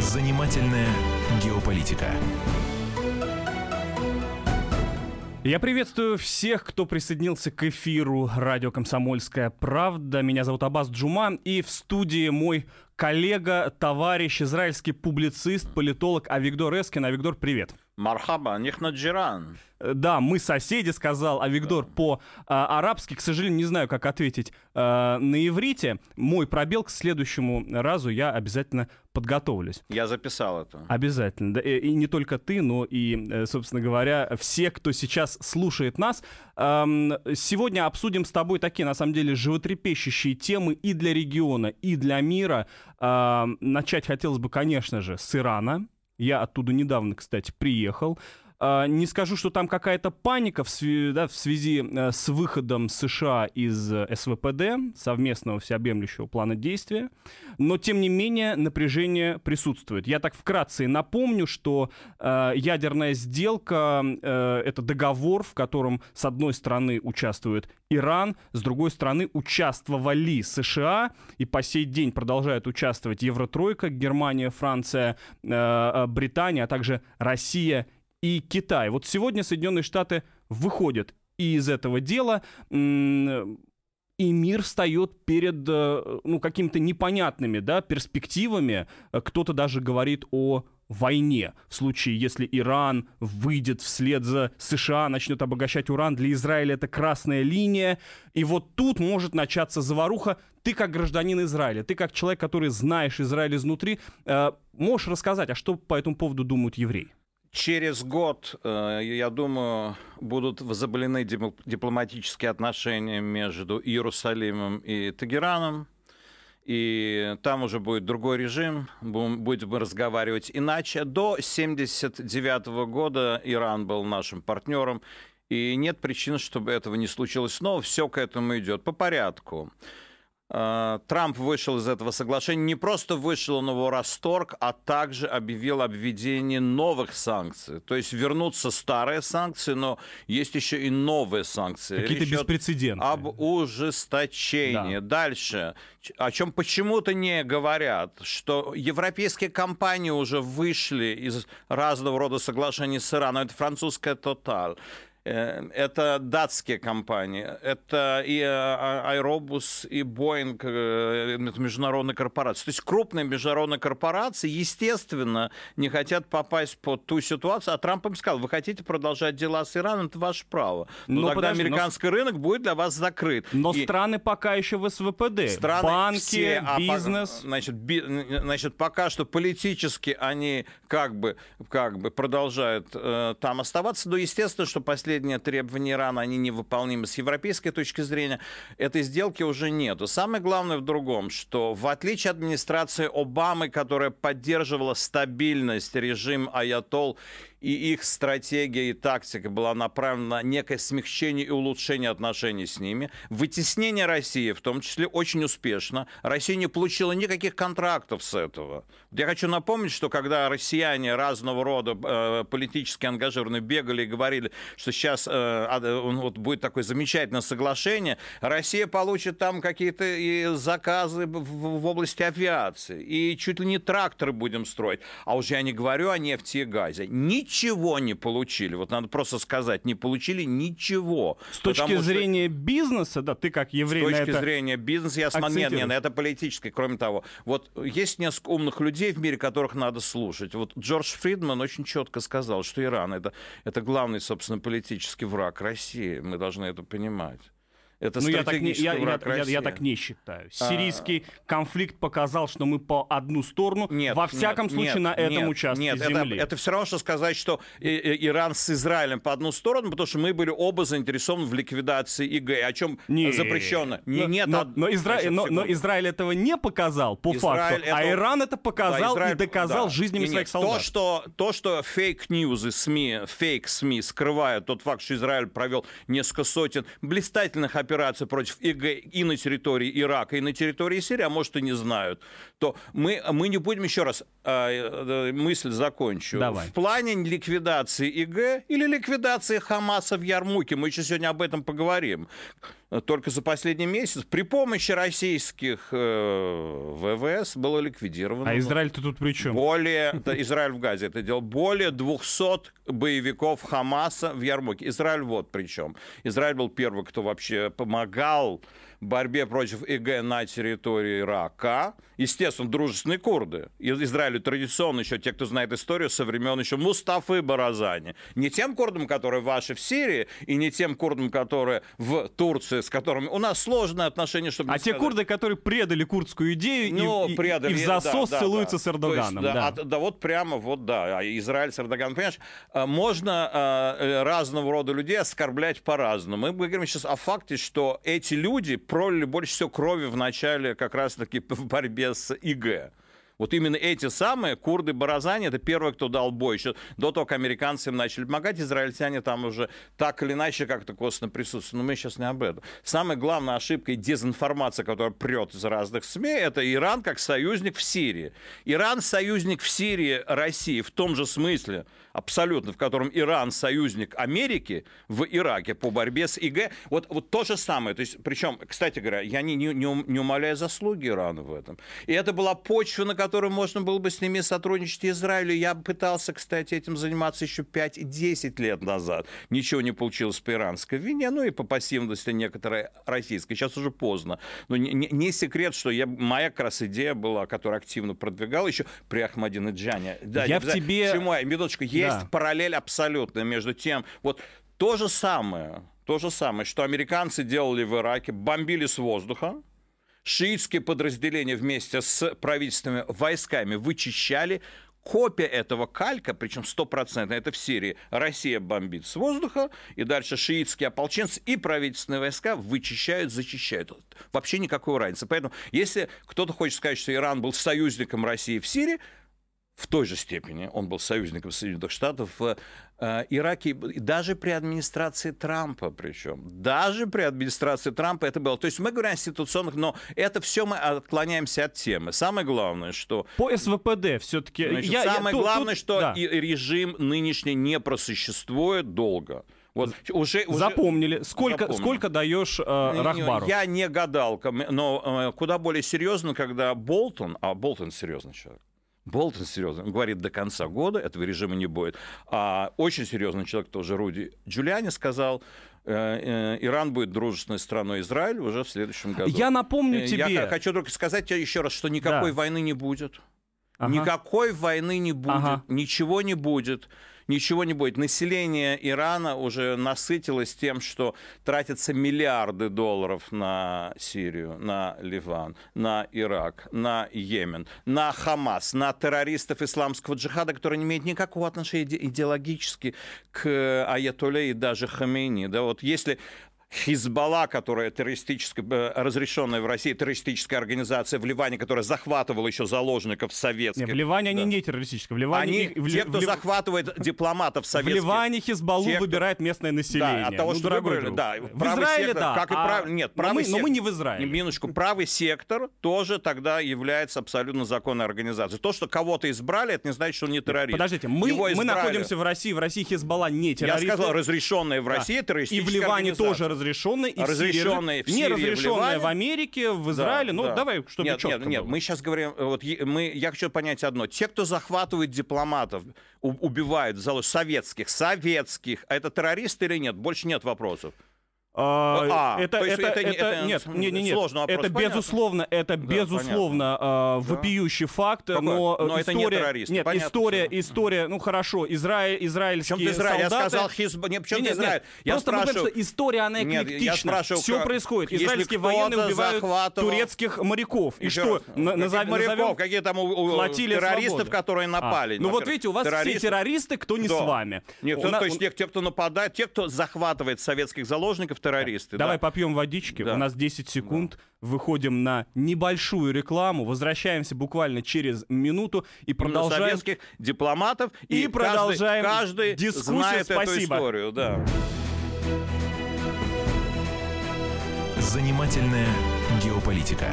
Занимательная геополитика. Я приветствую всех, кто присоединился к эфиру радио «Комсомольская правда». Меня зовут Аббас Джума, и в студии мой коллега, товарищ, израильский публицист, политолог Авигдор Эскин. Авигдор, привет. Мархаба, нихна джиран. Да, мы соседи, сказал Авигдор по-арабски. К сожалению, не знаю, как ответить на иврите. Мой пробел к следующему разу я обязательно подготовлюсь. Я записал это. Обязательно. Да, и не только ты, но и, собственно говоря, все, кто сейчас слушает нас. Сегодня обсудим с тобой такие, на самом деле, животрепещущие темы и для региона, и для мира. Начать хотелось бы, конечно же, с Ирана. Я оттуда недавно, кстати, приехал. Не скажу, что там какая-то паника в связи с выходом США из СВПД, совместного всеобъемлющего плана действия, но, тем не менее, напряжение присутствует. Я так вкратце напомню, что ядерная сделка — это договор, в котором, с одной стороны, участвует Иран, с другой стороны, участвовали США, и по сей день продолжают участвовать Евротройка, Германия, Франция, Британия, а также Россия и Китай. Вот сегодня Соединенные Штаты выходят из этого дела, и мир встает перед какими-то непонятными перспективами. Кто-то даже говорит о войне. В случае, если Иран выйдет вслед за США, начнет обогащать уран, для Израиля это красная линия. И вот тут может начаться заваруха. Ты как гражданин Израиля, ты как человек, который знаешь Израиль изнутри, можешь рассказать, а что по этому поводу думают евреи? Через год, я думаю, будут возобновлены дипломатические отношения между Иерусалимом и Тегераном. И там уже будет другой режим, будем разговаривать иначе. До 1979 года Иран был нашим партнером, и нет причин, чтобы этого не случилось снова. Все к этому идет по порядку. Трамп вышел из этого соглашения, не просто вышел, он его расторг, а также объявил об введении новых санкций. То есть вернутся старые санкции, но есть еще и новые санкции. Какие-то беспрецедентные. Об ужесточении. Да. Дальше, о чем почему-то не говорят, что европейские компании уже вышли из разного рода соглашений с Ираном. Это французская Total. Это датские компании, это и Airbus, и Boeing, это международные корпорации. То есть крупные международные корпорации, естественно, не хотят попасть под ту ситуацию. А Трамп им сказал: вы хотите продолжать дела с Ираном, это ваше право. Но тогда американский рынок будет для вас закрыт. Но страны пока еще в СВПД. Страны банки, все, бизнес. Значит, пока что политически они как бы продолжают там оставаться. Но естественно, что последние требования Ирана, они невыполнимы с европейской точки зрения. Этой сделки уже нету. Самое главное в другом, что в отличие от администрации Обамы, которая поддерживала стабильность режима аятолл, и их стратегия и тактика была направлена на некое смягчение и улучшение отношений с ними, вытеснение России, в том числе, очень успешно. Россия не получила никаких контрактов с этого. Я хочу напомнить, что когда россияне разного рода политически ангажированные бегали и говорили, что сейчас вот будет такое замечательное соглашение, Россия получит там какие-то и заказы в области авиации, и чуть ли не тракторы будем строить. А уже я не говорю о нефти и газе. Ничего не получили. Вот надо просто сказать, не получили ничего. С точки зрения бизнеса, да, ты как еврей на это... С точки зрения бизнеса, я смотрю, нет, это политическое. Кроме того, вот есть несколько умных людей в мире, которых надо слушать. Вот Джордж Фридман очень четко сказал, что Иран это главный, собственно, политический враг России. Мы должны это понимать. Это стратегический враг России. Я так не считаю. Сирийский конфликт показал, что мы по одну сторону, во всяком случае, на этом участке земли. Это все равно, что сказать, что Иран с Израилем по одну сторону, потому что мы были оба заинтересованы в ликвидации ИГ, о чем запрещено. Но Израиль этого не показал по факту, а Иран это показал и доказал жизнями своих солдат. То, что фейк-ньюзы, фейк-СМИ скрывают тот факт, что Израиль провел несколько сотен блистательных операций против ИГ и на территории Ирака, и на территории Сирии, а может и не знают, то мы не будем, еще раз мысль закончу. Давай. В плане ликвидации ИГ или ликвидации Хамаса в Ярмуке, мы еще сегодня об этом поговорим. только за последний месяц при помощи российских ВВС было ликвидировано. А Израиль-то тут при чем? Израиль в Газе это делал. Более 200 боевиков Хамаса в Ярмуке. Израиль вот при чем. Израиль был первый, кто вообще помогал в борьбе против ИГ на территории Ирака. Естественно, дружественные курды. Израилю традиционно еще, те, кто знает историю, со времен еще Мустафы Баразани. Не тем курдам, которые ваши в Сирии, и не тем курдам, которые в Турции, с которыми у нас сложные отношения, чтобы... те курды, которые предали курдскую идею и в засос целуются с Эрдоганом. Есть, вот прямо, Израиль с Эрдоганом. Понимаешь, можно разного рода людей оскорблять по-разному. Мы говорим сейчас о факте, что эти люди пролили больше всего крови в начале как раз-таки в борьбе с ИГ. Вот именно эти самые курды Баразани, это первые, кто дал бой. Еще до того, как американцы им начали помогать, израильтяне там уже так или иначе как-то косвенно присутствуют. Но мы сейчас не об этом. Самая главная ошибка и дезинформация, которая прет из разных СМИ, это Иран как союзник в Сирии. Иран союзник в Сирии России в том же смысле, абсолютно, в котором Иран союзник Америки в Ираке по борьбе с ИГ. Вот то же самое. То есть, причем, кстати говоря, я не умаляю заслуги Ирана в этом. И это была почва, на которой можно было бы с ними сотрудничать Израилю. Я пытался, кстати, этим заниматься еще 5-10 лет назад. Ничего не получилось по иранской вине, ну и по пассивности некоторой российской. Сейчас уже поздно. Но не секрет, что моя как раз идея была, которую активно продвигал еще при Ахмадинеджане. Да, я в тебе... Минуточку, есть параллель абсолютно между тем, вот то же самое, что американцы делали в Ираке, бомбили с воздуха, шиитские подразделения вместе с правительственными войсками вычищали. Копия этого калька, причем 100%, это в Сирии. Россия бомбит с воздуха, и дальше шиитские ополченцы и правительственные войска вычищают, зачищают. Вообще никакой разницы. Поэтому, если кто-то хочет сказать, что Иран был союзником России в Сирии, в той же степени он был союзником Соединенных Штатов в Ираке, даже при администрации Трампа, причем. Даже при администрации Трампа это было. То есть мы говорим о ситуационных, но это все мы отклоняемся от темы. Самое главное, что... По СВПД все-таки... Самое главное, что и режим нынешний не просуществует долго. Вот, уже запомнили. Сколько даешь Рахбару? Я не гадалка, но куда более серьезно, когда Болтон серьезный человек, Болтон серьезно говорит, до конца года этого режима не будет. А очень серьезный человек, тоже Руди Джулиани, сказал, Иран будет дружественной страной Израиля уже в следующем году. Я напомню тебе... Я хочу только сказать тебе еще раз, что никакой войны не будет. Никакой войны не будет. Ничего не будет. Ничего не будет. Население Ирана уже насытилось тем, что тратятся миллиарды долларов на Сирию, на Ливан, на Ирак, на Йемен, на Хамас, на террористов исламского джихада, которые не имеют никакого отношения идеологически к аятолле и даже Хамейни. Да, вот если... Хизбалла, которая разрешенная в России террористическая организация в Ливане, которая захватывала еще заложников советских. В Ливане они не террористические. В Ливане те, кто захватывает дипломатов советских. В Ливане Хизбаллу выбирает местное население. Да, от того, что выбрали, в Израиле, сектор, как и нет, правый сектор, но мы не в Израиле. Минуточку, правый сектор тоже тогда является абсолютно законной организацией. То, что кого-то избрали, это не значит, что он не террорист. Подождите, мы находимся в России Хизбалла не террорист. Я сказал, разрешенная в России террористическая организация. И в Ливане тоже разрешенная, и разрешенная в Сирии, не разрешенная в Америке, в Израиле. Давай, чтобы четко было. Нет, мы сейчас говорим, я хочу понять одно. Те, кто захватывает дипломатов, убивают советских, а это террористы или нет? Больше нет вопросов. Нет, это безусловно вопиющий факт, но это не террорист. Нет, история, ну хорошо, израильские солдаты. Я сказал почему-то Израиль. Просто история, она эклектична. Все происходит. Израильские военные убивают турецких моряков. И что? Моряков, какие там террористов, которые напали. Ну вот видите, у вас все террористы, кто не с вами. Нет, то есть те, кто нападает, те, кто захватывает советских заложников, террористы. Давай попьем водички. У нас 10 секунд. Выходим на небольшую рекламу. Возвращаемся буквально через минуту и продолжаем. Советских дипломатов. И продолжаем каждый дискуссию. Знает Спасибо. Эту историю. Да. Занимательная геополитика.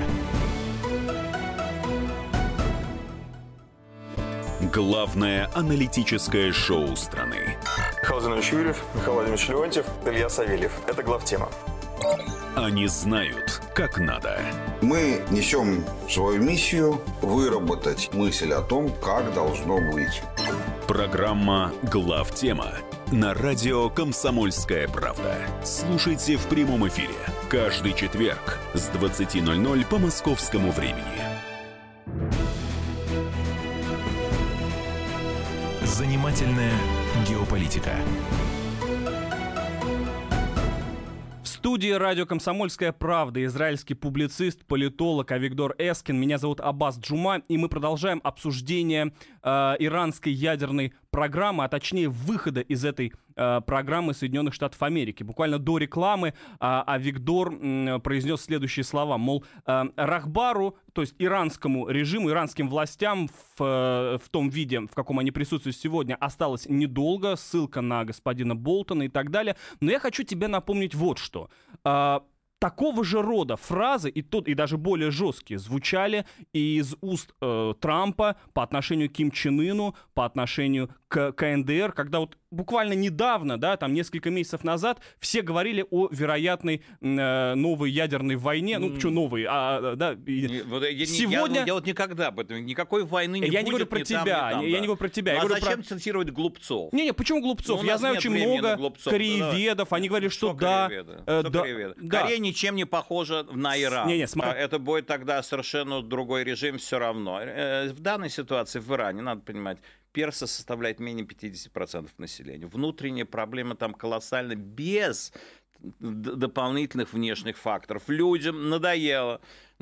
Главное аналитическое шоу страны. Михаил Юрьев, Михаил Владимирович Леонтьев, Илья Савельев. Это главтема. Они знают, как надо. Мы несем свою миссию выработать мысль о том, как должно быть. Программа «Главтема» на радио «Комсомольская правда». Слушайте в прямом эфире каждый четверг с 20:00 по московскому времени. Занимательная геополитика. В студии радио «Комсомольская правда» израильский публицист, политолог Авигдор Эскин. Меня зовут Аббас Джума, и мы продолжаем обсуждение иранской ядерной программы, а точнее выхода из этой программы Соединенных Штатов Америки. Буквально до рекламы Авигдор произнес следующие слова, мол, Рахбару, то есть иранскому режиму, иранским властям в том виде, в каком они присутствуют сегодня, осталось недолго, ссылка на господина Болтона и так далее. Но я хочу тебе напомнить вот что. Такого же рода фразы, и даже более жесткие, звучали и из уст Трампа по отношению к Ким Чен Ыну, по отношению к КНДР, когда вот буквально недавно, да, там несколько месяцев назад, все говорили о вероятной новой ядерной войне. Ну, что новой? Сегодня... Я вот никогда об этом, никакой войны не будет. Я не говорю про тебя, я не говорю про тебя. А зачем цитировать глупцов? Не, почему глупцов? Я знаю очень много корееведов, они говорили, что да. Корея ничем не похожа на Иран. Это будет тогда совершенно другой режим все равно. В данной ситуации в Иране, надо понимать, персы составляют менее 50% населения. Внутренняя проблема там колоссальна, без дополнительных внешних факторов. Людям надоело,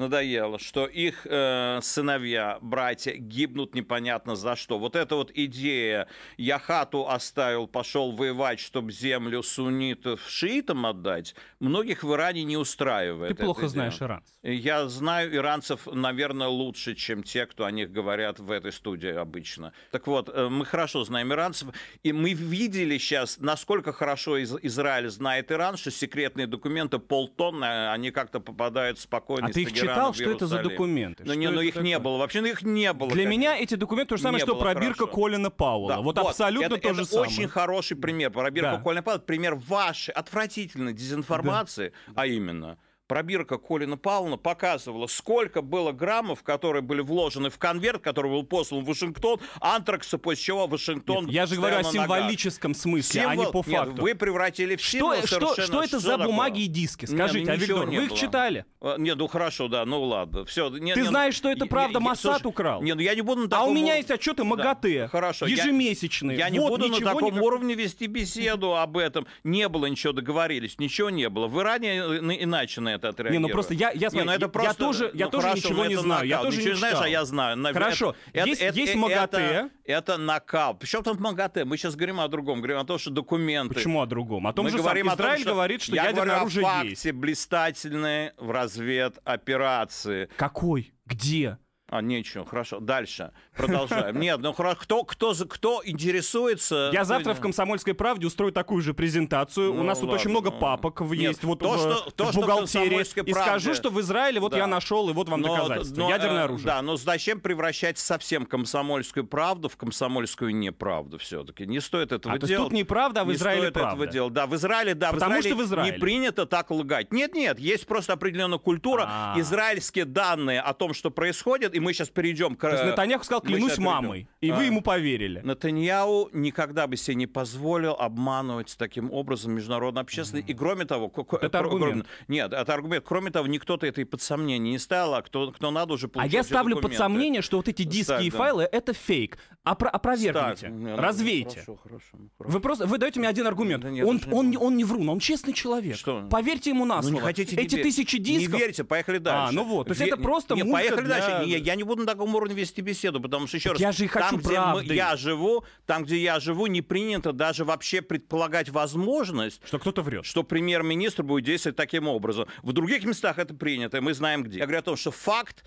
что их сыновья, братья гибнут непонятно за что. Вот эта вот идея, я хату оставил, пошел воевать, чтобы землю суннитов шиитам отдать, многих в Иране не устраивает. Ты плохо знаешь иранцев. Я знаю иранцев, наверное, лучше, чем те, кто о них говорят в этой студии обычно. Так вот, мы хорошо знаем иранцев, и мы видели сейчас, насколько хорошо Израиль знает Иран, что секретные документы полтонны, они как-то попадают спокойно. А ты их читал, что это за документы? Ну их не было, вообще их не было. Для меня эти документы то же самое, что пробирка Колина Пауэлла. Да, вот абсолютно то же самое. Это очень хороший пример. Пробирка Колина Пауэлла, пример вашей отвратительной дезинформации, а именно... Пробирка Колина Пауэлла показывала, сколько было граммов, которые были вложены в конверт, который был послан в Вашингтон, антракса, после чего Вашингтон... Нет, я же говорю о символическом смысле, а не по факту. Нет, вы превратили в символ совершенно... Что это за бумаги и диски? Скажите, Авигдор, вы их читали? Нет, ну хорошо, да, ну ладно. Все, ты знаешь, что это правда Моссад украл? Нет, ну я не буду на таком... А у меня есть отчеты МАГАТЭ, ежемесячные. Я не буду на таком уровне вести беседу об этом. Не было ничего, договорились, ничего не было. В Иране иначе на это отреагировали. Не, ну просто я тоже ничего не знаю. Я тоже не знаешь, а я знаю. Хорошо, есть МАГАТЭ. Это накал. Причем там МАГАТЭ? Мы сейчас говорим о другом. Говорим о том, что документы. Почему о другом? О том же самом. Израиль говорит, что ядерное оружие есть. Я говорю о факте блистательной в разведоперации. Какой? Где? Нечего, хорошо. Дальше. Продолжаем. Нет, ну хорошо. Кто интересуется... Я завтра в «Комсомольской правде» устрою такую же презентацию. У нас тут очень много папок есть вот в бухгалтерии. И скажу, что в Израиле вот я нашел, и вот вам доказательства. Ядерное оружие. Да, но зачем превращать совсем «Комсомольскую правду» в «Комсомольскую неправду» все-таки? Не стоит этого делать. То есть тут неправда, а в Израиле правда. Да, в Израиле, да. Потому что в Израиле не принято так лгать. Нет, есть просто определенная культура. Израильские данные о том, что происходит, и мы сейчас перейдем к... То есть Нетаньяху сказал, клянусь мамой, и вы ему поверили. Нетаньяху никогда бы себе не позволил обманывать таким образом международную общественность. И кроме того... Это аргумент. Нет, это аргумент. Кроме того, никто-то это и под сомнение не ставил, а кто надо уже получил. А я ставлю под сомнение, что вот эти диски и файлы — это фейк. Опровергните, развейте. Хорошо. Вы даете мне один аргумент. Он не врун, он честный человек. Поверьте ему на слово. Эти 1000 дисков... Не верьте, поехали дальше. Ну вот, то есть это просто мулька поехали для... дальше. Я не буду на таком уровне вести беседу, потому что, еще раз, я же и хочу правды. Там, где я живу, не принято даже вообще предполагать возможность, что кто-то врет, что премьер-министр будет действовать таким образом. В других местах это принято, мы знаем где. Я говорю о том, что факт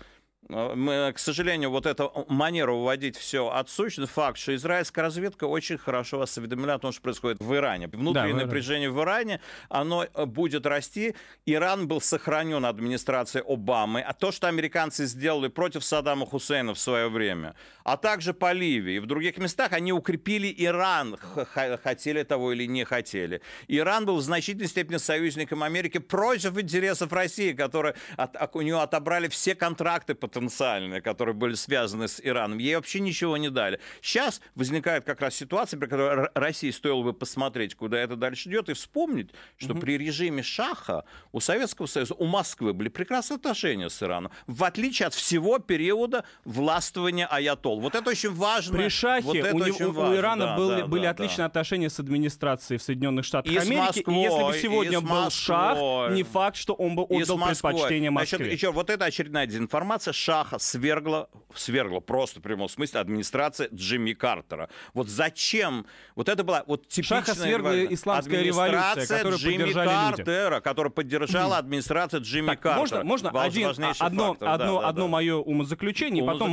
Мы, к сожалению, вот эту манеру уводить все отсутствует. Факт, что израильская разведка очень хорошо осведомлена о том, что происходит в Иране. Внутреннее напряжение в Иране, оно будет расти. Иран был сохранен администрацией Обамы. А то, что американцы сделали против Саддама Хусейна в свое время, а также по Ливии и в других местах, они укрепили Иран, хотели того или не хотели. Иран был в значительной степени союзником Америки против интересов России, которые у нее отобрали все контракты потенциальные, которые были связаны с Ираном. Ей вообще ничего не дали. Сейчас возникает как раз ситуация, при которой России стоило бы посмотреть, куда это дальше идет, и вспомнить, что при режиме Шаха у Советского Союза, у Москвы были прекрасные отношения с Ираном, в отличие от всего периода властвования аятолл. Вот это очень важно. При Шахе вот у Ирана были отличные отношения с администрацией в Соединенных Штатах Америки. Москвой, и если бы сегодня был Шах, не факт, что он бы отдал предпочтение Москве. Значит, еще вот эта очередная дезинформация. Шаха свергла просто в прямом смысле администрация Джимми Картера. Вот зачем? Вот это была вот типичная Шаха свергла исламская революция, которую поддержали люди. Которую поддержала администрация Джимми Картера. Можно одно мое умозаключение, и потом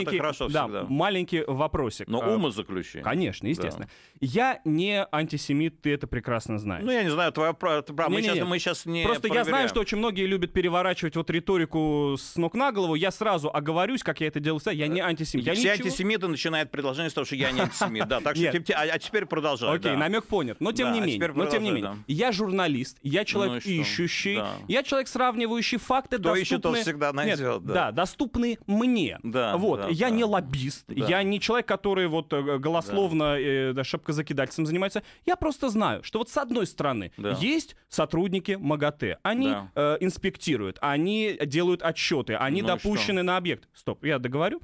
маленький вопросик. Но умозаключение. Конечно, естественно. Я не антисемит, ты это прекрасно знаешь. Ну, я не знаю, твоя правда. Мы сейчас не Просто проверяем. я знаю, что очень многие любят переворачивать вот риторику с ног на голову. Я сразу оговорюсь, как я это делаю. Я не антисемит. Все антисемиты начинают предложение с того, что я не антисемит. Да, так что теперь продолжай. Окей, намек понят. Но тем не менее. Я журналист, я человек ищущий, я человек, сравнивающий факты, кто ищет, тот всегда найдет. Доступны мне. Я не лоббист, я не человек, который вот голословно шапкозакидательством занимается. Я просто знаю, что вот с одной стороны есть сотрудники МАГАТЭ. Они инспектируют, они делают отчеты, они допущены на объект. Стоп, я договорю.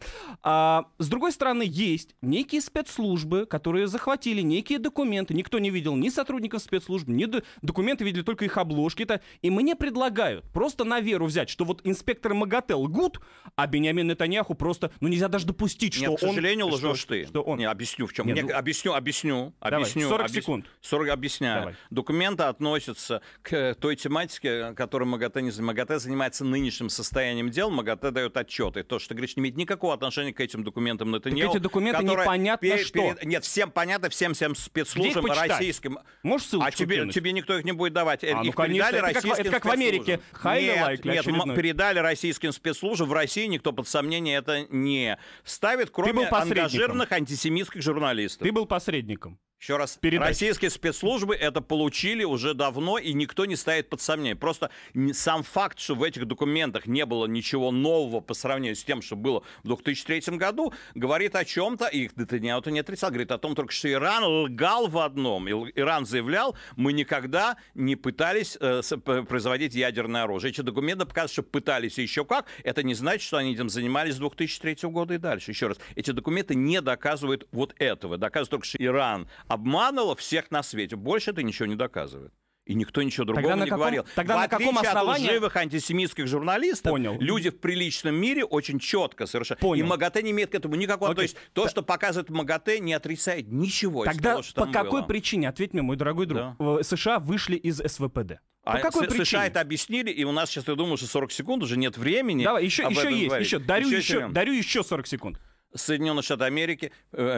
С другой стороны, есть некие спецслужбы, которые захватили некие документы. Никто не видел ни сотрудников спецслужб, ни документы, видели только их обложки. И мне предлагают просто на веру взять, что вот инспекторы МАГАТЭ лгут, а Беньямин Нетаньяху просто, я даже допустить, что он... К сожалению, лжешь ты. Что он... Не, объясню в чем. Объясню. Давай, 40 секунд. 40 объясняю. Давай. Документы относятся к той тематике, которой МАГАТЭ занимается нынешним состоянием дел. МАГАТЭ дает отчеты. То, что ты говоришь, не имеет никакого отношения к этим документам Нетаньяху. Так эти документы непонятно что. Нет, всем понятно, всем спецслужбам российским. Можешь ссылочку кинуть? Тебе никто их не будет давать. Их конечно, передали российским это как в Америке. Нет, передали российским спецслужбам. В России никто под сомнение это не ставит, кроме ангажированных антисемитских журналистов. Ты был посредником. Еще раз, российские спецслужбы это получили уже давно, и никто не ставит под сомнение. Просто сам факт, что в этих документах не было ничего нового по сравнению с тем, что было в 2003 году, говорит о чем-то, и Нетаньяху не отрицал, говорит о том только, что Иран лгал в одном. Иран заявлял, мы никогда не пытались производить ядерное оружие. Эти документы показывают, что пытались и еще как. Это не значит, что они этим занимались с 2003 года и дальше. Еще раз, эти документы не доказывают вот этого. Доказывают только, что Иран обманывала всех на свете. Больше это ничего не доказывает. И никто ничего другого не говорил. Тогда на каком основании? От лживых антисемитских журналистов, люди в приличном мире очень четко совершенно. И МАГАТЭ не имеет к этому никакого... То есть то, что показывает МАГАТЭ, не отрицает ничего из того, что там было. Тогда по какой причине, ответь мне, мой дорогой друг, США вышли из СВПД? По какой причине? США это объяснили, и у нас сейчас, я думаю, что 40 секунд уже нет времени. Давай, еще есть. Дарю еще 40 секунд. Соединенные Штаты Америки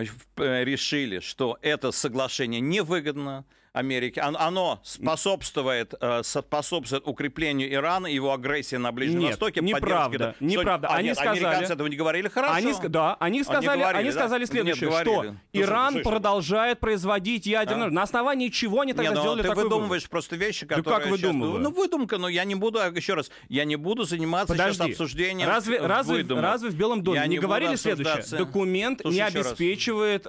решили, что это соглашение невыгодно Америке. Оно способствует укреплению Ирана, его агрессии на Ближнем Востоке. Неправда. Они сказали... Американцы этого не говорили хорошо. Они сказали следующее, что Иран продолжает производить ядерное... На основании чего они тогда сделали такой вывод? Ты выдумываешь просто вещи, которые... Как выдумываю? Выдумка, но я не буду, еще раз, я не буду заниматься сейчас обсуждением выдумок. Разве в Белом доме не говорили следующее? Документ не обеспечивает,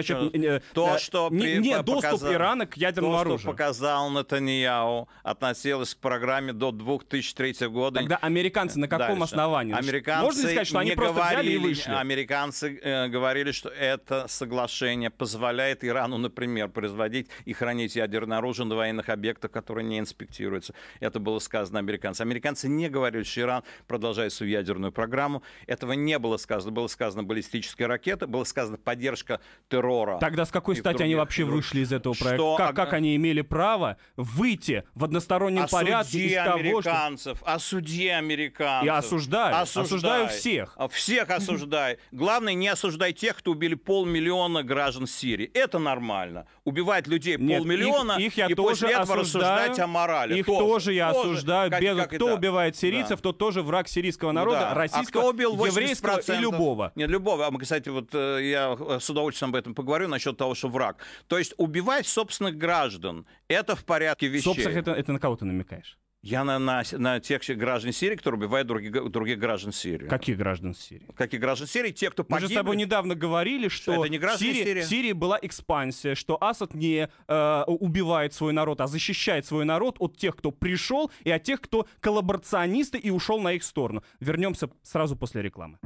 доступ Ирана к ядерному оружию. То, что показал Нетаньяху, относилось к программе до 2003 года. Тогда американцы на каком основании? Можно ли сказать, что они просто взяли и вышли? Американцы говорили, что это соглашение позволяет Ирану, например, производить и хранить ядерное оружие на военных объектах, которые не инспектируются. Это было сказано американцам. Американцы не говорили, что Иран продолжает свою ядерную программу. Этого не было сказано. Было сказано баллистические ракеты, было сказано поддержка террора. Тогда с какой стати они вообще вышли из этого проекта? как они имели право выйти в одностороннем порядке из того, что... Осуди американцев. Я осуждаю всех. Всех осуждай. Главное, не осуждай тех, кто убили 500 000 граждан Сирии. Это нормально. Убивать людей 500 000 их я и тоже после этого осуждаю. рассуждать о морали. Их тоже я осуждаю. Кто убивает сирийцев, тот тоже враг сирийского народа, российского, еврейского и любого. Нет, любого. Кстати, вот я с удовольствием об этом поговорю насчет того, что враг. То есть убивать собственных граждан, это в порядке вещей. Собственных, это на кого ты намекаешь? Я на тех граждан Сирии, которые убивают других граждан Сирии. Каких граждан Сирии? Каких граждан Сирии? Те, кто погибли. Мы же с тобой недавно говорили, что в Сирии была экспансия, что Асад не убивает свой народ, а защищает свой народ от тех, кто пришел, и от тех, кто коллаборационисты и ушел на их сторону. Вернемся сразу после рекламы.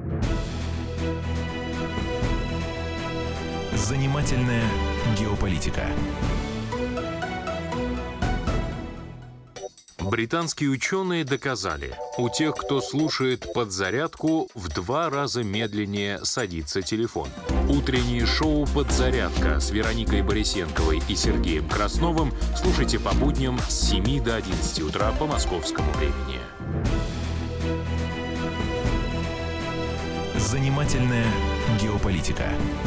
Занимательная геополитика. Британские ученые доказали, у тех, кто слушает «Подзарядку», в 2 раза медленнее садится телефон. Утреннее шоу «Подзарядка» с Вероникой Борисенковой и Сергеем Красновым слушайте по будням с 7 до 11 утра по московскому времени. Занимательная геополитика.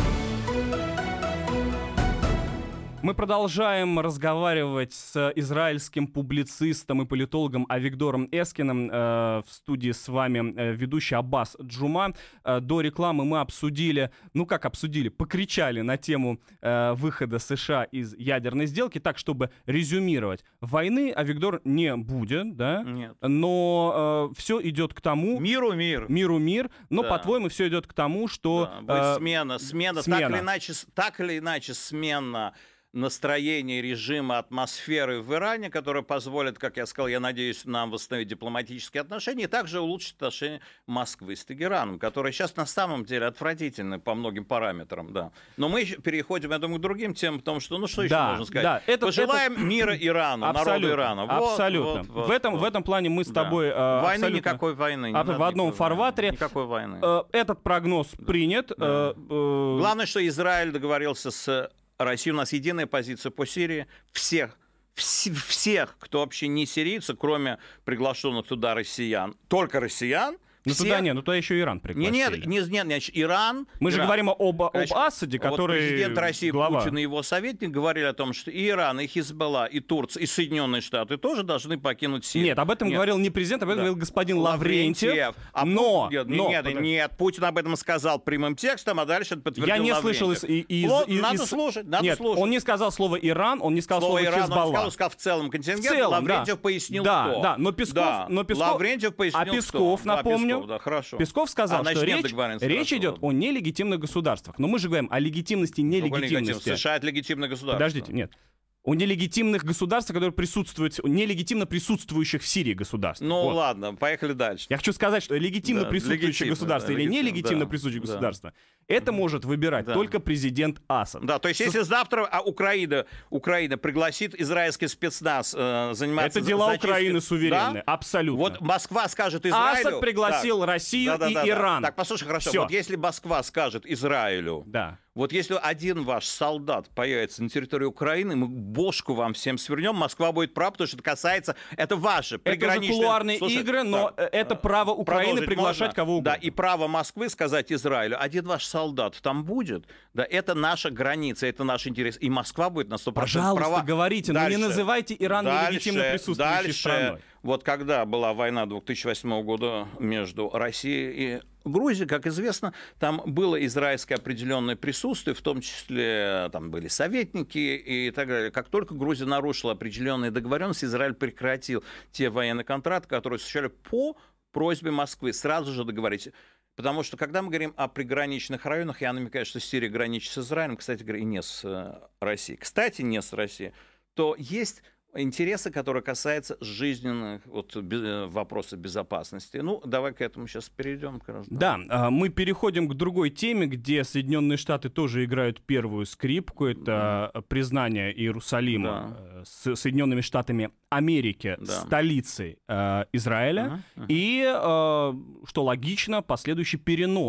Мы продолжаем разговаривать с израильским публицистом и политологом Авигдором Эскиным. В студии с вами ведущий Аббас Джума. До рекламы мы обсудили, покричали на тему выхода США из ядерной сделки. Так, чтобы резюмировать, войны, Авигдор, не будет, да? Нет. Но все идет к тому... Миру мир. Миру мир. Но, да. По-твоему, все идет к тому, что... Да, будет смена. Так или иначе смена настроение режима, атмосферы в Иране, которая позволит, как я сказал, я надеюсь, нам восстановить дипломатические отношения и также улучшить отношения Москвы с Тегераном, которые сейчас на самом деле отвратительны по многим параметрам, да. Но мы переходим, я думаю, к другим темам, потому что, что еще можно сказать? Да, пожелаем мира Ирану, народу Ирана. Абсолютно. В этом плане мы с тобой никакой войны. В одном фарватере. Никакой войны. Этот прогноз принят. Главное, что Израиль договорился с Россия, у нас единая позиция по Сирии. Всех, кто вообще не сирийцы, кроме приглашенных туда россиян, только россиян. Туда еще Иран пригласили. Нет, Иран... Мы же говорим об Асаде, который президент России глава. Путин и его советник говорили о том, что и Иран, и Хизбалла, и Турция, и Соединенные Штаты тоже должны покинуть Сирию. Нет, об этом говорил не президент, об этом говорил господин Лаврентьев. Нет, Путин об этом сказал прямым текстом, а дальше это подтвердил Я не Лаврентьев. слышал Надо слушать. Он не сказал слово Иран, он не сказал слово Хизбалла. Он сказал в целом контингент, Лаврентьев пояснил, кто. Да, но Песков... Лаврентьев пояснил, а Песков, напомню... Да, хорошо. Песков сказал, что речь идет о нелегитимных государствах. Но мы же говорим о легитимности и нелегитимности. США — это легитимное государство. Подождите, нет. О нелегитимных государствах, которые присутствуют, нелегитимно присутствующих в Сирии государствах. Ладно, поехали дальше. Я хочу сказать, что легитимно присутствующее государство или нелегитимно присутствующее государство, это может выбирать только президент Асад. Да, то есть если завтра Украина пригласит израильский спецназ заниматься... Это дела Украины суверенные, абсолютно. Вот Москва скажет Израилю... Асад пригласил Россию и Иран. Так, послушай, хорошо. Вот если Москва скажет Израилю... Вот если один ваш солдат появится на территории Украины, мы бошку вам всем свернем, Москва будет права, потому что это касается... Это ваши приграничные... Это же кулуарные игры, но это право Украины приглашать кого угодно. Да, и право Москвы сказать Израилю, один ваш солдат там будет, да, это наша граница, это наш интерес, и Москва будет на 100% права. Пожалуйста, говорите, но не называйте Иран нелегитимно присутствующей страной. Вот когда была война 2008 года между Россией и Грузией, как известно, там было израильское определенное присутствие, в том числе там были советники и так далее. Как только Грузия нарушила определенные договоренности, Израиль прекратил те военные контракты, которые осуществляли по просьбе Москвы. Сразу же договорились. Потому что, когда мы говорим о приграничных районах, я намекаю, что Сирия граничит с Израилем, кстати говоря, и не с Россией. Кстати, не с Россией. То есть интересы, которые касаются жизненных вопросов безопасности. Давай к этому сейчас перейдем. Да, мы переходим к другой теме, где Соединенные Штаты тоже играют первую скрипку. Это признание Иерусалима Соединенными Штатами Америки столицей Израиля. И, что логично, последующий перенос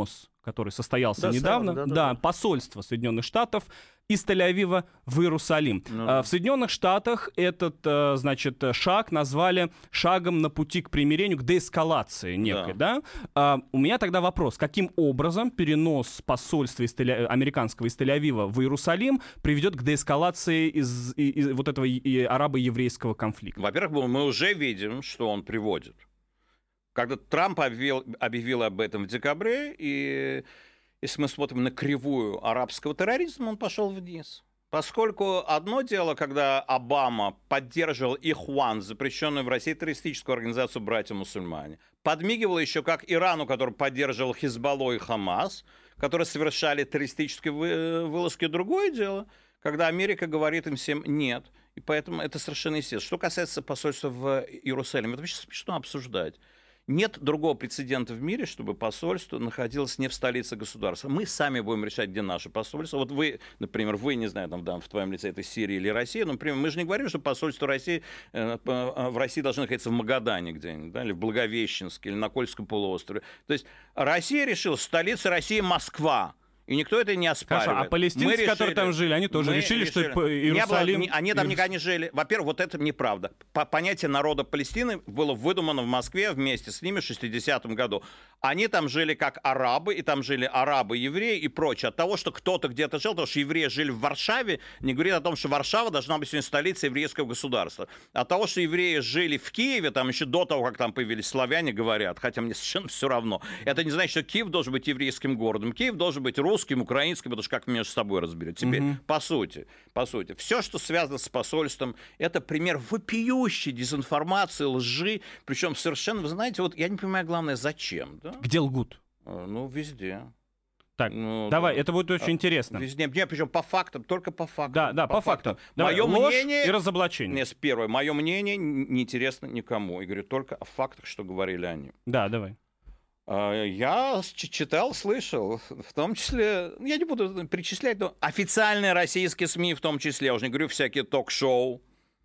который состоялся Да, недавно, да. да, посольство Соединенных Штатов из Тель-Авива в Иерусалим. В Соединенных Штатах этот, значит, шаг назвали шагом на пути к примирению, к деэскалации некой, да? У меня тогда вопрос, каким образом перенос посольства американского из Тель-Авива в Иерусалим приведет к деэскалации из вот этого арабо-еврейского конфликта? Во-первых, мы уже видим, что он приводит. Когда Трамп объявил об этом в декабре, и если мы смотрим на кривую арабского терроризма, он пошел вниз. Поскольку одно дело, когда Обама поддерживал Ихуан, запрещенную в России террористическую организацию «Братья-мусульмане», подмигивал еще как Ирану, который поддерживал Хизбаллу и Хамас, которые совершали террористические вылазки. Другое дело, когда Америка говорит им всем «нет». И поэтому это совершенно естественно. Что касается посольства в Иерусалиме, это вообще смешно обсуждать. Нет другого прецедента в мире, чтобы посольство находилось не в столице государства. Мы сами будем решать, где наше посольство. Вот вы, например, не знаю, там, в твоем лице это Сирия или Россия, но, например, мы же не говорим, что посольство России в России должно находиться в Магадане где-нибудь, да, или в Благовещенске, или на Кольском полуострове. То есть Россия решила, столица России Москва. И никто это не оспаривает. Хорошо, а палестинцы, которые там жили, они тоже решили, что Иерусалим... Они там никогда не жили. Во-первых, вот это неправда. Понятие народа Палестины было выдумано в Москве вместе с ними в 60-м году. Они там жили как арабы, и там жили арабы, евреи и прочее. От того, что кто-то где-то жил, потому что евреи жили в Варшаве, не говорит о том, что Варшава должна быть сегодня столицей еврейского государства. От того, что евреи жили в Киеве, там еще до того, как там появились славяне, говорят, хотя мне совершенно все равно. Это не значит, что Киев должен быть еврейским городом. Киев должен быть русским, украинским, потому что как между собой разберет. Теперь, по сути, все, что связано с посольством, это пример вопиющей дезинформации, лжи, причем совершенно, вы знаете, вот я не понимаю, главное, зачем. Да? Где лгут? Ну, везде. Так, давай, это будет очень интересно. Везде, причем по фактам, только по фактам. Да, по фактам. Мое ложь мнение... и разоблачение. Нет, первое, мое мнение не интересно никому. Я говорю только о фактах, что говорили они. Да, давай. Я читал, слышал, в том числе, я не буду перечислять, но официальные российские СМИ, в том числе, я уже не говорю, всякие ток-шоу,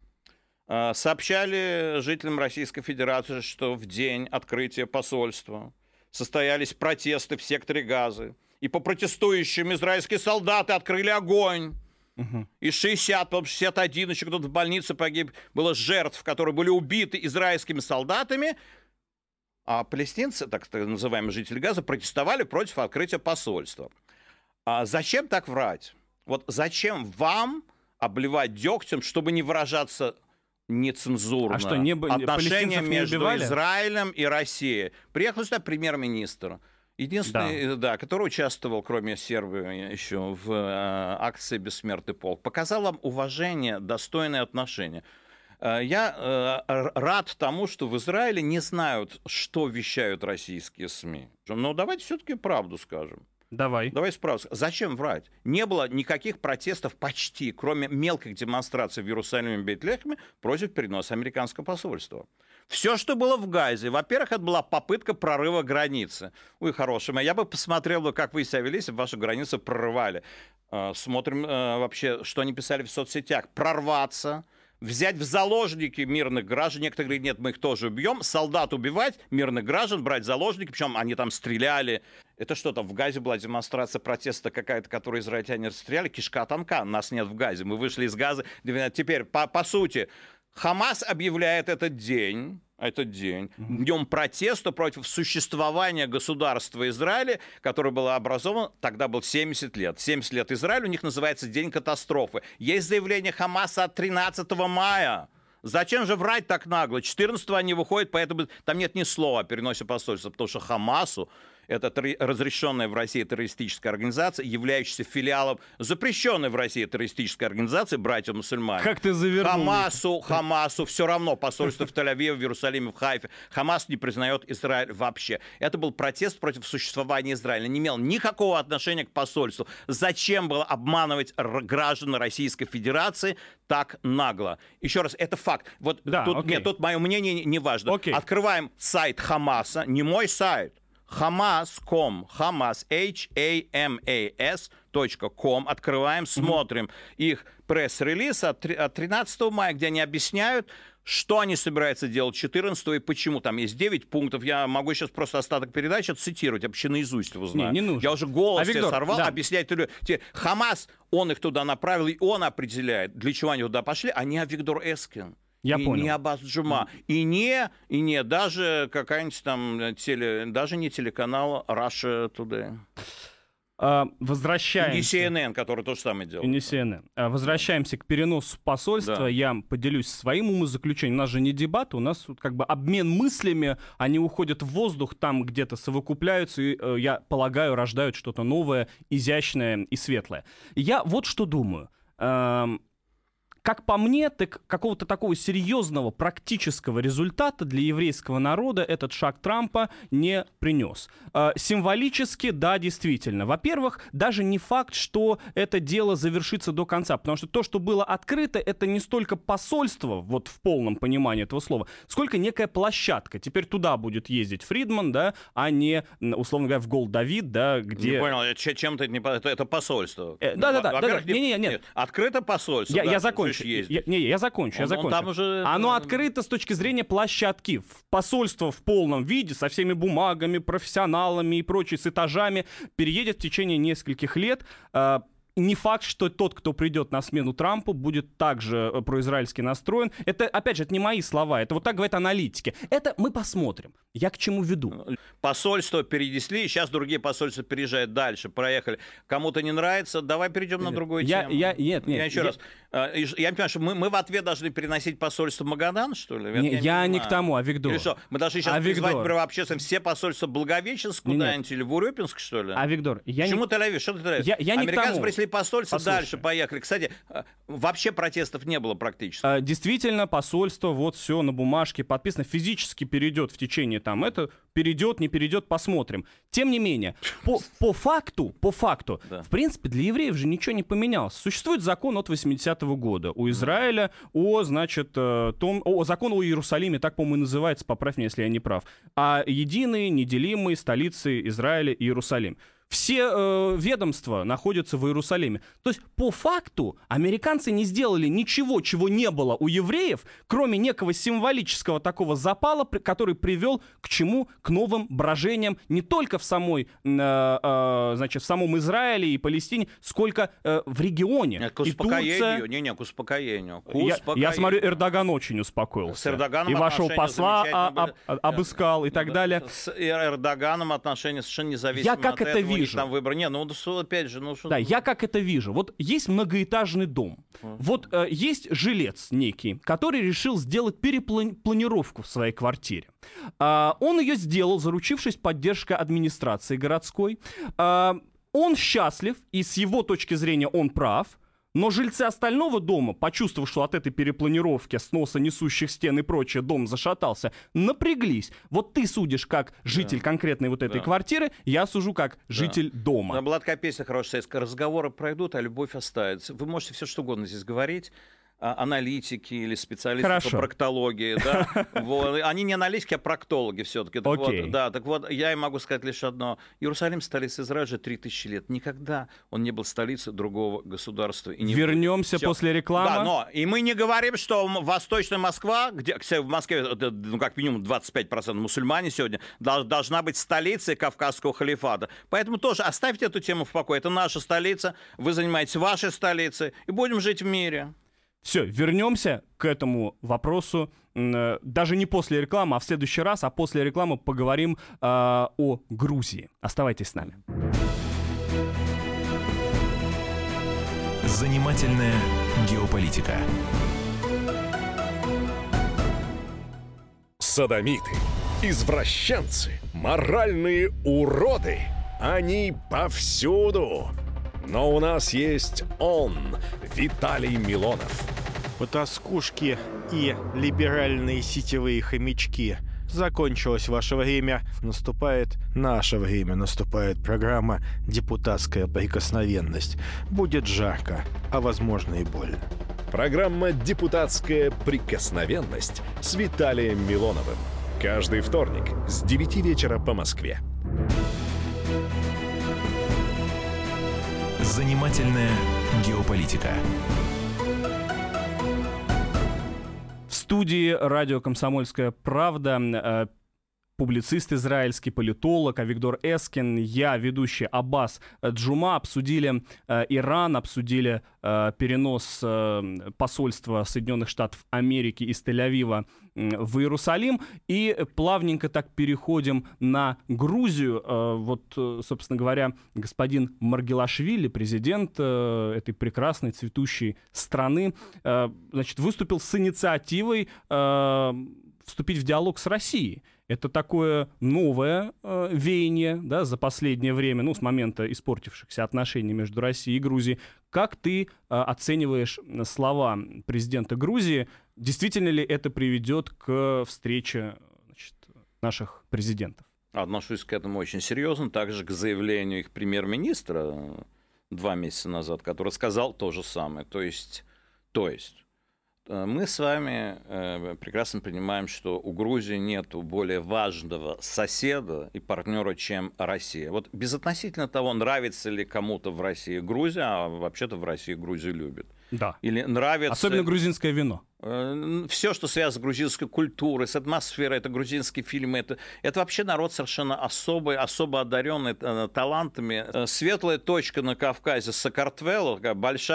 сообщали жителям Российской Федерации, что в день открытия посольства состоялись протесты в секторе Газы, и по протестующим израильские солдаты открыли огонь. И 60, потом 61, еще кто-то в больнице погиб, было жертв, которые были убиты израильскими солдатами. А палестинцы, так называемые жители Газа, протестовали против открытия посольства. А зачем так врать? Вот зачем вам обливать дегтем, чтобы не выражаться нецензурно? А что, отношения между убивали? Израилем и Россией. Приехал сюда премьер-министр, единственный, который участвовал, кроме Сербии, еще в акции «Бессмертный полк». Показал вам уважение, достойное отношение. Я рад тому, что в Израиле не знают, что вещают российские СМИ. Но давайте все-таки правду скажем. Давай справку. Зачем врать? Не было никаких протестов почти, кроме мелких демонстраций в Иерусалиме и Бейт-Лехеме против переноса американского посольства. Все, что было в Газе, во-первых, это была попытка прорыва границы. Ой, хорошая моя, я бы посмотрел, как вы себя вели, если бы вашу границу прорывали. Смотрим вообще, что они писали в соцсетях. Прорваться, взять в заложники мирных граждан. Некоторые говорят, нет, мы их тоже убьем. Солдат убивать, мирных граждан брать в заложники. Причем они там стреляли. Это что там, в Газе была демонстрация протеста какая-то, которую израильтяне расстреляли. Кишка тонка, нас нет в Газе. Мы вышли из Газа. Теперь, по сути, Хамас объявляет этот день днем протеста против существования государства Израиля, которое было образовано, тогда был 70 лет. 70 лет Израилю, у них называется День катастрофы. Есть заявление Хамаса от 13 мая. Зачем же врать так нагло? 14-го они выходят, поэтому там нет ни слова о переносе посольства, потому что Хамасу, это разрешенная в России террористическая организация, являющаяся филиалом запрещенной в России террористической организации «Братья-мусульмане». Как ты завернул? Хамасу все равно посольство в Тель-Авиве, в Иерусалиме, в Хайфе. Хамас не признает Израиль вообще. Это был протест против существования Израиля. Не имел никакого отношения к посольству. Зачем было обманывать граждан Российской Федерации так нагло? Еще раз, это факт. Вот да, тут мое мнение не важно. Открываем сайт Хамаса, не мой сайт, Hamas.com, Hamas, Hamas.com, открываем, смотрим их пресс-релиз от 13 мая, где они объясняют, что они собираются делать 14 и почему. Там есть 9 пунктов. Я могу сейчас просто остаток передачи цитировать. Я вообще наизусть его знаю. Не нужно. Я уже голос Виктор, себе сорвал, да. объяснять. Хамас, он их туда направил, и он определяет, для чего они туда пошли, а не Авигдор Эскин. Я и понял. не Аббас Джума. И не даже какая-нибудь там даже не телеканал Russia Today. Возвращаемся. И не CNN, который то же самое делал. И не CNN. Возвращаемся к переносу посольства. Да. Я поделюсь своим умозаключением. У нас же не дебат, у нас вот как бы обмен мыслями. Они уходят в воздух, там где-то совокупляются, и, я полагаю, рождают что-то новое, изящное и светлое. Я вот что думаю. Как по мне, так какого-то такого серьезного практического результата для еврейского народа этот шаг Трампа не принес. Символически, да, действительно. Во-первых, даже не факт, что это дело завершится до конца, потому что то, что было открыто, это не столько посольство, вот в полном понимании этого слова, сколько некая площадка. Теперь туда будет ездить Фридман, да, а не, условно говоря, в Голд-Давид, да, где... Не понял, чем-то это посольство. Да. Нет. Открыто посольство. Я закончу. Я закончу. Там уже... Оно открыто с точки зрения площадки. Посольство в полном виде, со всеми бумагами, профессионалами и прочее, с этажами, переедет в течение нескольких лет. Не факт, что тот, кто придет на смену Трампу, будет также произраильски настроен. Это, опять же, это не мои слова, это вот так говорят аналитики. Это мы посмотрим. Я к чему веду? Посольство перенесли, сейчас другие посольства переезжают дальше, проехали. Кому-то не нравится, давай перейдем на другую тему. Я еще раз. Я понимаю, что мы в ответ должны переносить посольство в Магадан, что ли? Я не к тому, Авигдор. Или что? Мы должны сейчас призвать общественность все посольства Благовещенск куда-нибудь или в Урюпинск, что ли? Авигдор, почему Тель-Авив? Что ты Тель-Авив? Я не к тому. Американцы пришли посольство, дальше поехали. Кстати, вообще протестов не было практически. Действительно, посольство, вот все на бумажке подписано, физически перейдет в течение там, это перейдет, не перейдет, посмотрим. Тем не менее, по факту, да. В принципе, для евреев же ничего не поменялось. Существует закон от 80-го года у Израиля закон о Иерусалиме, так, по-моему, и называется, поправь меня, если я не прав, о единой, неделимой столице Израиля Иерусалим. Все ведомства находятся в Иерусалиме. То есть, по факту, американцы не сделали ничего, чего не было у евреев, кроме некого символического такого запала, который привел к чему? К новым брожениям не только в самом Израиле и Палестине, сколько в регионе. К успокоению. К успокоению. Я смотрю, Эрдоган очень успокоился. С Эрдоганом и вашего посла обыскал и так далее. С Эрдоганом отношения совершенно независимые. Я как это вижу. Там выбор. Опять же, Да, я как это вижу. Вот есть многоэтажный дом. Вот есть жилец некий, который решил сделать перепланировку в своей квартире. Он ее сделал, заручившись поддержкой администрации городской. Он счастлив, и с его точки зрения он прав. Но жильцы остального дома, почувствовав, что от этой перепланировки, сноса несущих стен и прочее, дом зашатался, напряглись. Вот ты судишь как житель конкретной вот этой квартиры, я сужу как житель дома. Была такая песня хорошая советская: разговоры пройдут, а любовь останется. Вы можете все что угодно здесь говорить. Аналитики или специалисты по проктологии, да, вот. Они не аналитики, а проктологи все-таки. Так вот, я им могу сказать лишь одно: Иерусалим — столица Израиля уже 3000 лет. Никогда он не был столицей другого государства. И не Вернемся после рекламы. Да, но и мы не говорим, что Восточная Москва, где в Москве, как минимум 25% мусульмане сегодня, должна быть столицей Кавказского халифата. Поэтому тоже оставьте эту тему в покое. Это наша столица, вы занимаетесь вашей столицей, и будем жить в мире. Все, вернемся к этому вопросу даже не после рекламы, а в следующий раз. А после рекламы поговорим о Грузии. Оставайтесь с нами. Занимательная геополитика. Содомиты, извращенцы, моральные уроды. Они повсюду. Но у нас есть он, Виталий Милонов. Потаскушки и либеральные сетевые хомячки. Закончилось ваше время. Наступает наше время. Наступает программа «Депутатская прикосновенность». Будет жарко, а возможно и больно. Программа «Депутатская прикосновенность» с Виталием Милоновым. Каждый вторник с 9 вечера по Москве. Занимательная геополитика. В студии радио «Комсомольская правда» публицист израильский, политолог Авигдор Эскин, я, ведущий Аббас Джума, обсудили Иран, обсудили перенос посольства Соединенных Штатов Америки из Тель-Авива в Иерусалим, и плавненько так переходим на Грузию. Вот, собственно говоря, господин Маргелашвили, президент этой прекрасной цветущей страны, значит, выступил с инициативой вступить в диалог с Россией. Это такое новое веяние, да, за последнее время, ну, с момента испортившихся отношений между Россией и Грузией. Как ты оцениваешь слова президента Грузии? Действительно ли это приведет к встрече, значит, наших президентов? Отношусь к этому очень серьезно, также к заявлению их премьер-министра 2 месяца назад, который сказал то же самое. То есть мы с вами прекрасно понимаем, что у Грузии нет более важного соседа и партнера, чем Россия. Вот безотносительно того, нравится ли кому-то в России Грузия, а вообще-то в России Грузию любят. Да. Или нравится... Особенно грузинское вино. Все, что связано с грузинской культурой, с атмосферой, это грузинские фильмы, это вообще народ совершенно особый, особо одаренный талантами. Светлая точка на Кавказе, Сакартвело, такая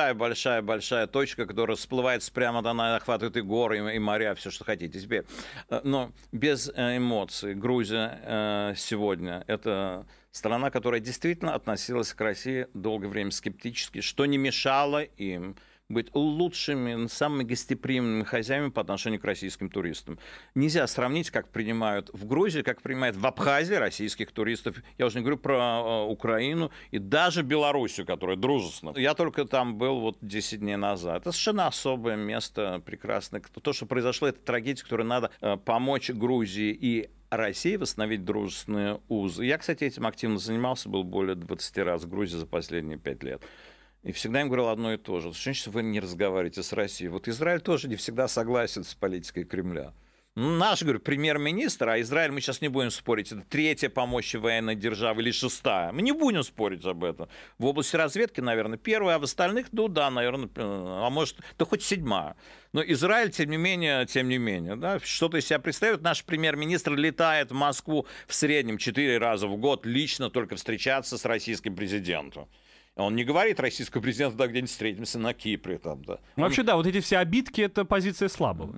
большая точка, которая расплывается прямо, она охватывает и горы, и моря, все, что хотите. Теперь, но без эмоций Грузия сегодня это страна, которая действительно относилась к России долгое время скептически, что не мешало им быть лучшими, самыми гостеприимными хозяевами по отношению к российским туристам. Нельзя сравнить, как принимают в Грузии, как принимают в Абхазии российских туристов. Я уже не говорю про Украину и даже Белоруссию, которая дружественна. Я только там был вот 10 дней назад. Это совершенно особое место, прекрасное. То, что произошло, это трагедия, которой надо помочь Грузии и России восстановить дружественные узы. Я, кстати, этим активно занимался, был более 20 раз в Грузии за последние 5 лет. И всегда им говорил одно и то же. Что вы не разговариваете с Россией? Вот Израиль тоже не всегда согласен с политикой Кремля. Наш, говорю, премьер-министр, а Израиль, мы сейчас не будем спорить, это 3-я по мощи военной державы или 6-я. Мы не будем спорить об этом. В области разведки, наверное, 1-я, а в остальных, ну да, наверное, а может, да хоть 7-я. Но Израиль, тем не менее, да, что-то из себя представляет. Наш премьер-министр летает в Москву в среднем 4 раза в год лично только встречаться с российским президентом. Он не говорит российскому президенту, да, где-нибудь встретимся на Кипре. Там, да. Вообще, да, вот эти все обидки — это позиция слабого.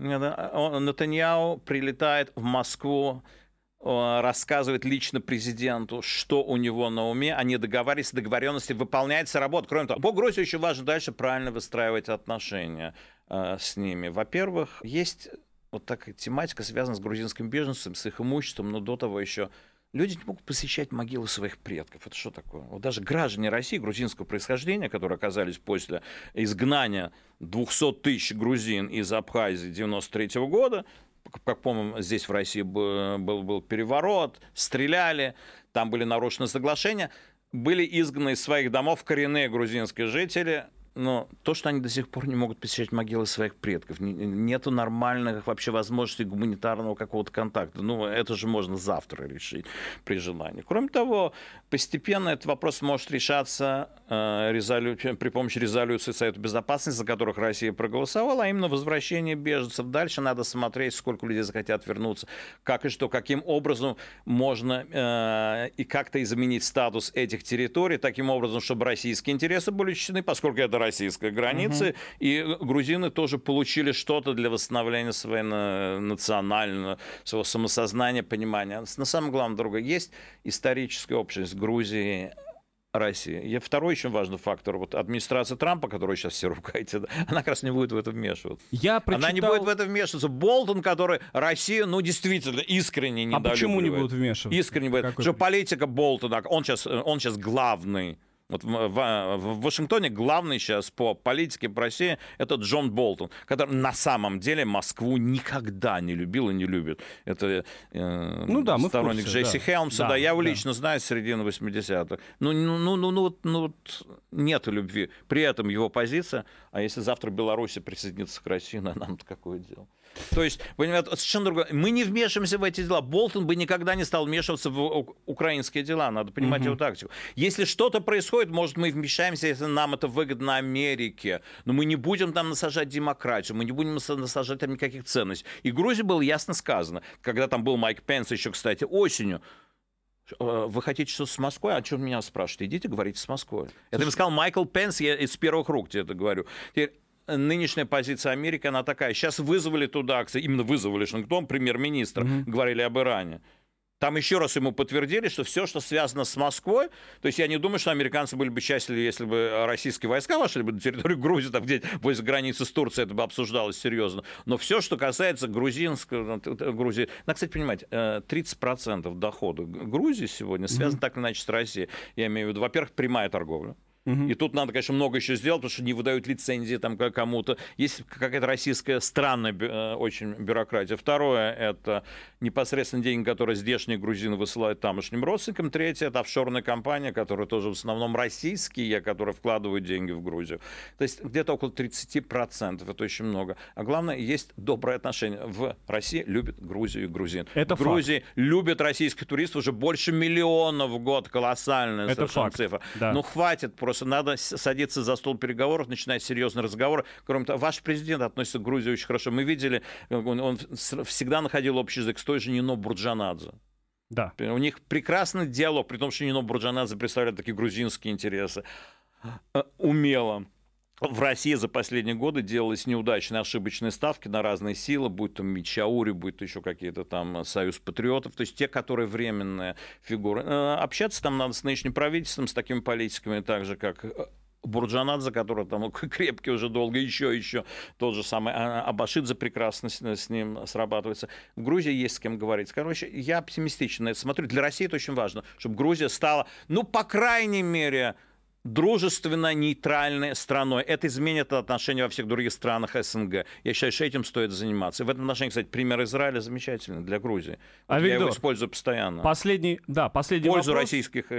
Нетаньяху прилетает в Москву, рассказывает лично президенту, что у него на уме, они договаривались, договоренности, выполняется работа. Кроме того, по Грузии очень важно дальше правильно выстраивать отношения с ними. Во-первых, есть вот такая тематика, связанная с грузинским беженцем, с их имуществом, но до того еще... Люди не могут посещать могилы своих предков. Это что такое? Вот даже граждане России грузинского происхождения, которые оказались после изгнания 200 тысяч грузин из Абхазии 1993 года, как помним, здесь в России был переворот, стреляли, там были нарушены соглашения, были изгнаны из своих домов коренные грузинские жители. Но то, что они до сих пор не могут посещать могилы своих предков, нету нормальных вообще возможностей гуманитарного какого-то контакта. Ну, это же можно завтра решить при желании. Кроме того, постепенно этот вопрос может решаться при помощи резолюции Совета Безопасности, за которых Россия проголосовала, а именно возвращение беженцев. Дальше надо смотреть, сколько людей захотят вернуться, как и что, каким образом можно и как-то изменить статус этих территорий, таким образом, чтобы российские интересы были учтены, поскольку это российской границы, и грузины тоже получили что-то для восстановления своего национального, своего самосознания, понимания. Но самое главное, другое, есть историческая общность Грузии, России. И второй очень важный фактор, вот администрация Трампа, которую сейчас все ругаете, она как раз не будет в это вмешиваться. Она не будет в это вмешиваться. Болтон, который Россию, ну, действительно, искренне недолюбливает. А почему не будут вмешиваться? Искренне будет. Что политика Болтона, он сейчас главный. Вот в Вашингтоне главный сейчас по политике по России это Джон Болтон, который на самом деле Москву никогда не любил и не любит. Это сторонник Джесси Хелмса. Да, я его лично знаю с середины 80-х. Нет любви. При этом его позиция, а если завтра Беларусь присоединится к России, нам какое дело? То есть, понимаете, совершенно другое. Мы не вмешиваемся в эти дела. Болтон бы никогда не стал вмешиваться в украинские дела. Надо понимать его тактику. Если что-то происходит, может, мы вмешаемся, если нам это выгодно Америке. Но мы не будем там насаждать демократию, мы не будем насаждать там никаких ценностей. И Грузии было ясно сказано, когда там был Майк Пенс еще, кстати, осенью. Вы хотите что-то с Москвой? А что меня спрашиваете? Идите, говорите с Москвой. Это им сказал Майкл Пенс, я из первых рук тебе это говорю. Теперь, нынешняя позиция Америки, она такая. Сейчас вызвали туда, именно вызвали Вашингтон, премьер-министр, говорили об Иране. Там еще раз ему подтвердили, что все, что связано с Москвой, то есть я не думаю, что американцы были бы счастливы, если бы российские войска вошли бы на территорию Грузии, там где возле границы с Турцией, это бы обсуждалось серьезно. Но все, что касается Грузии, надо, кстати, понимать, 30% дохода Грузии сегодня связано так или иначе с Россией. Я имею в виду, во-первых, прямая торговля. И тут надо, конечно, много еще сделать, потому что не выдают лицензии там кому-то. Есть какая-то российская странная очень бюрократия. Второе — это непосредственно деньги, которые здешние грузины высылают тамошним родственникам. Третье — это офшорная компания, которая тоже в основном российские, которые вкладывают деньги в Грузию. То есть где-то около 30%. Это очень много. А главное, есть доброе отношение. В России любят Грузию и грузин. Это в Грузии любят российских туристов уже больше миллиона в год. Колоссальная это совершенно факт. цифра. Да. Ну, хватит просто. Надо садиться за стол переговоров, начинать серьезные разговоры. Кроме того, ваш президент относится к Грузии очень хорошо. Мы видели, он всегда находил общий язык с той же Нино Бурджанадзе. Да. У них прекрасный диалог, при том, что Нино Бурджанадзе представляет такие грузинские интересы. Умело. В России за последние годы делались неудачные, ошибочные ставки на разные силы, будь то Мичаури, будь то еще какие-то там Союз патриотов, то есть те, которые временные фигуры. Общаться там надо с нынешним правительством, с такими политиками, так же, как Бурджанадзе, который там крепкий уже долго, еще тот же самый Абашидзе прекрасно с ним срабатывается. В Грузии есть с кем говорить. Короче, я оптимистично на это смотрю. Для России это очень важно, чтобы Грузия стала, ну, по крайней мере, дружественно-нейтральной страной. Это изменит отношения во всех других странах СНГ. Я считаю, что этим стоит заниматься. И в этом отношении, кстати, пример Израиля замечательный для Грузии. А я его использую постоянно. Последний пользу вопрос. российских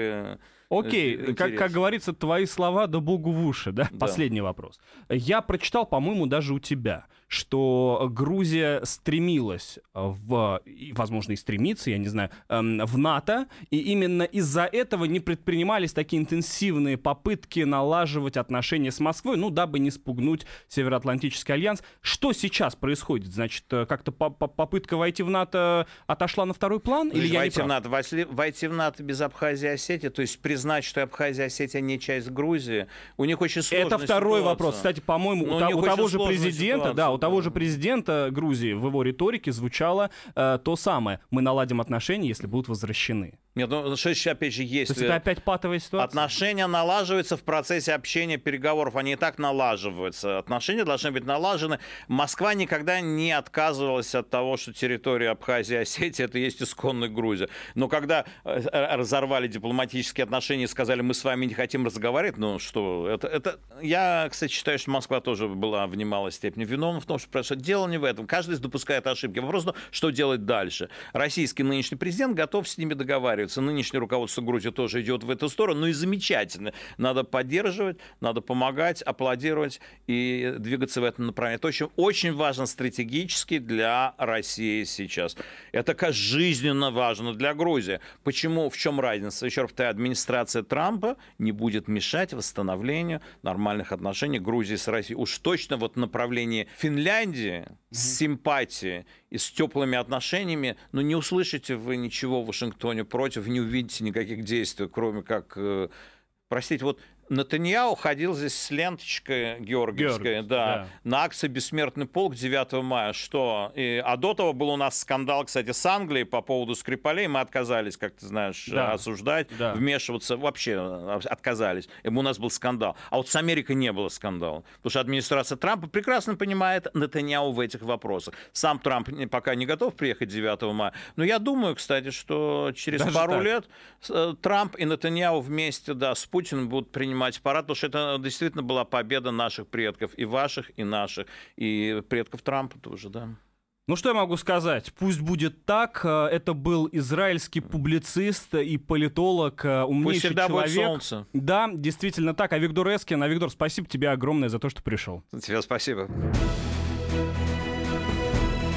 Окей, как говорится, твои слова да богу в уши, да? Последний вопрос. Я прочитал, по-моему, даже у тебя, что Грузия стремилась возможно, и стремится, я не знаю, в НАТО, и именно из-за этого не предпринимались такие интенсивные попытки налаживать отношения с Москвой, ну, дабы не спугнуть Североатлантический альянс. Что сейчас происходит? Значит, как-то попытка войти в НАТО отошла на второй план? Или я не прав? Войти в НАТО без Абхазии и Осетии, то есть признать, что Абхазия и Осетия не часть Грузии, у них очень сложная Это второй ситуация. вопрос. Кстати, по-моему, у того же президента, у того же президента Грузии в его риторике звучало то самое. Мы наладим отношения, если будут возвращены. Нет, ну что еще, опять же, есть. То есть это опять патовая ситуация? Отношения налаживаются в процессе общения, переговоров. Они и так налаживаются. Отношения должны быть налажены. Москва никогда не отказывалась от того, что территория Абхазии и Осетии — это есть исконная Грузия. Но когда разорвали дипломатические отношения и сказали, мы с вами не хотим разговаривать, ну что, это... Я, кстати, считаю, что Москва тоже была в немалой степени виновна в том, что произошло. Дело не в этом. Каждый допускает ошибки. Вопрос, что делать дальше. Российский нынешний президент готов с ними договариваться. Нынешнее руководство Грузии тоже идет в эту сторону. Ну и замечательно. Надо поддерживать, надо помогать, аплодировать и двигаться в этом направлении. Это очень важно стратегически для России сейчас. Это жизненно важно для Грузии. Почему? В чем разница? Еще раз повторяю, администрация Трампа не будет мешать восстановлению нормальных отношений Грузии с Россией. Уж точно вот в направлении Финляндии с симпатией и с теплыми отношениями, но не услышите вы ничего в Вашингтоне против, не увидите никаких действий, кроме как, простите, вот Нетаньяху ходил здесь с ленточкой георгиевской, на акции «Бессмертный полк» 9 мая. Что? А до того был у нас скандал, кстати, с Англией по поводу Скрипалей. Мы отказались, как ты знаешь, осуждать, вмешиваться. Вообще отказались. И у нас был скандал. А вот с Америкой не было скандала. Потому что администрация Трампа прекрасно понимает Нетаньяху в этих вопросах. Сам Трамп пока не готов приехать 9 мая. Но я думаю, кстати, что через пару лет Трамп и Нетаньяху вместе с Путиным будут принимать парад, потому что это действительно была победа наших предков, и ваших, и наших, и предков Трампа тоже, да. Ну, что я могу сказать? Пусть будет так. Это был израильский публицист и политолог, умнейший человек. Будет солнце. Да, действительно так. А Виктор Эскин, Виктор, спасибо тебе огромное за то, что пришел. Тебе спасибо.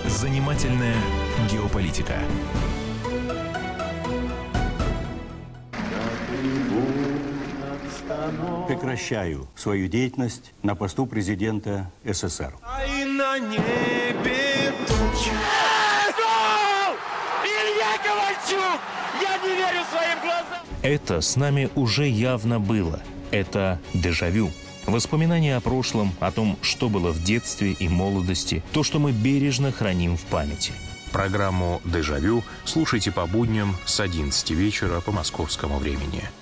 Занимательная геополитика. Прекращаю свою деятельность на посту президента СССР. И на небе тучи. Илья Ковальчук! Я не верю своим глазам! Это с нами уже явно было. Это дежавю. Воспоминания о прошлом, о том, что было в детстве и молодости, то, что мы бережно храним в памяти. Программу «Дежавю» слушайте по будням с 11 вечера по московскому времени.